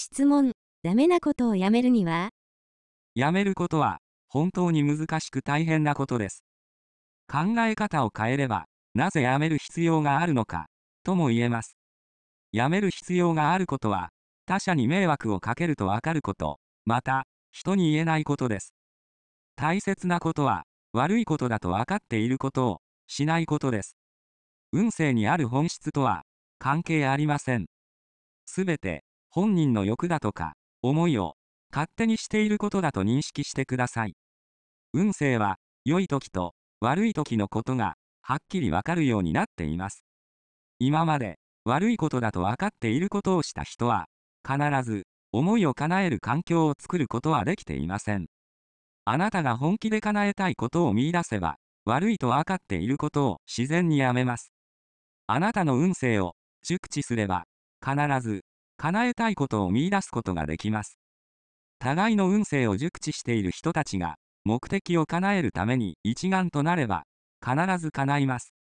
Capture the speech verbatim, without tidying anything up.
質問。ダメなことをやめるには？ やめることは、本当に難しく大変なことです。考え方を変えれば、なぜやめる必要があるのか、とも言えます。やめる必要があることは、他者に迷惑をかけるとわかること、また、人に言えないことです。大切なことは、悪いことだと分かっていることを、しないことです。運勢にある本質とは、関係ありません。すべて、本人の欲だとか、思いを、勝手にしていることだと認識してください。運勢は、良い時と、悪い時のことが、はっきりわかるようになっています。今まで、悪いことだと分かっていることをした人は、必ず、思いを叶える環境を作ることはできていません。あなたが本気で叶えたいことを見出せば、悪いと分かっていることを自然にやめます。あなたの運勢を熟知すれば、必ず叶えたいことを見出すことができます。互いの運勢を熟知している人たちが、目的を叶えるために一丸となれば、必ず叶います。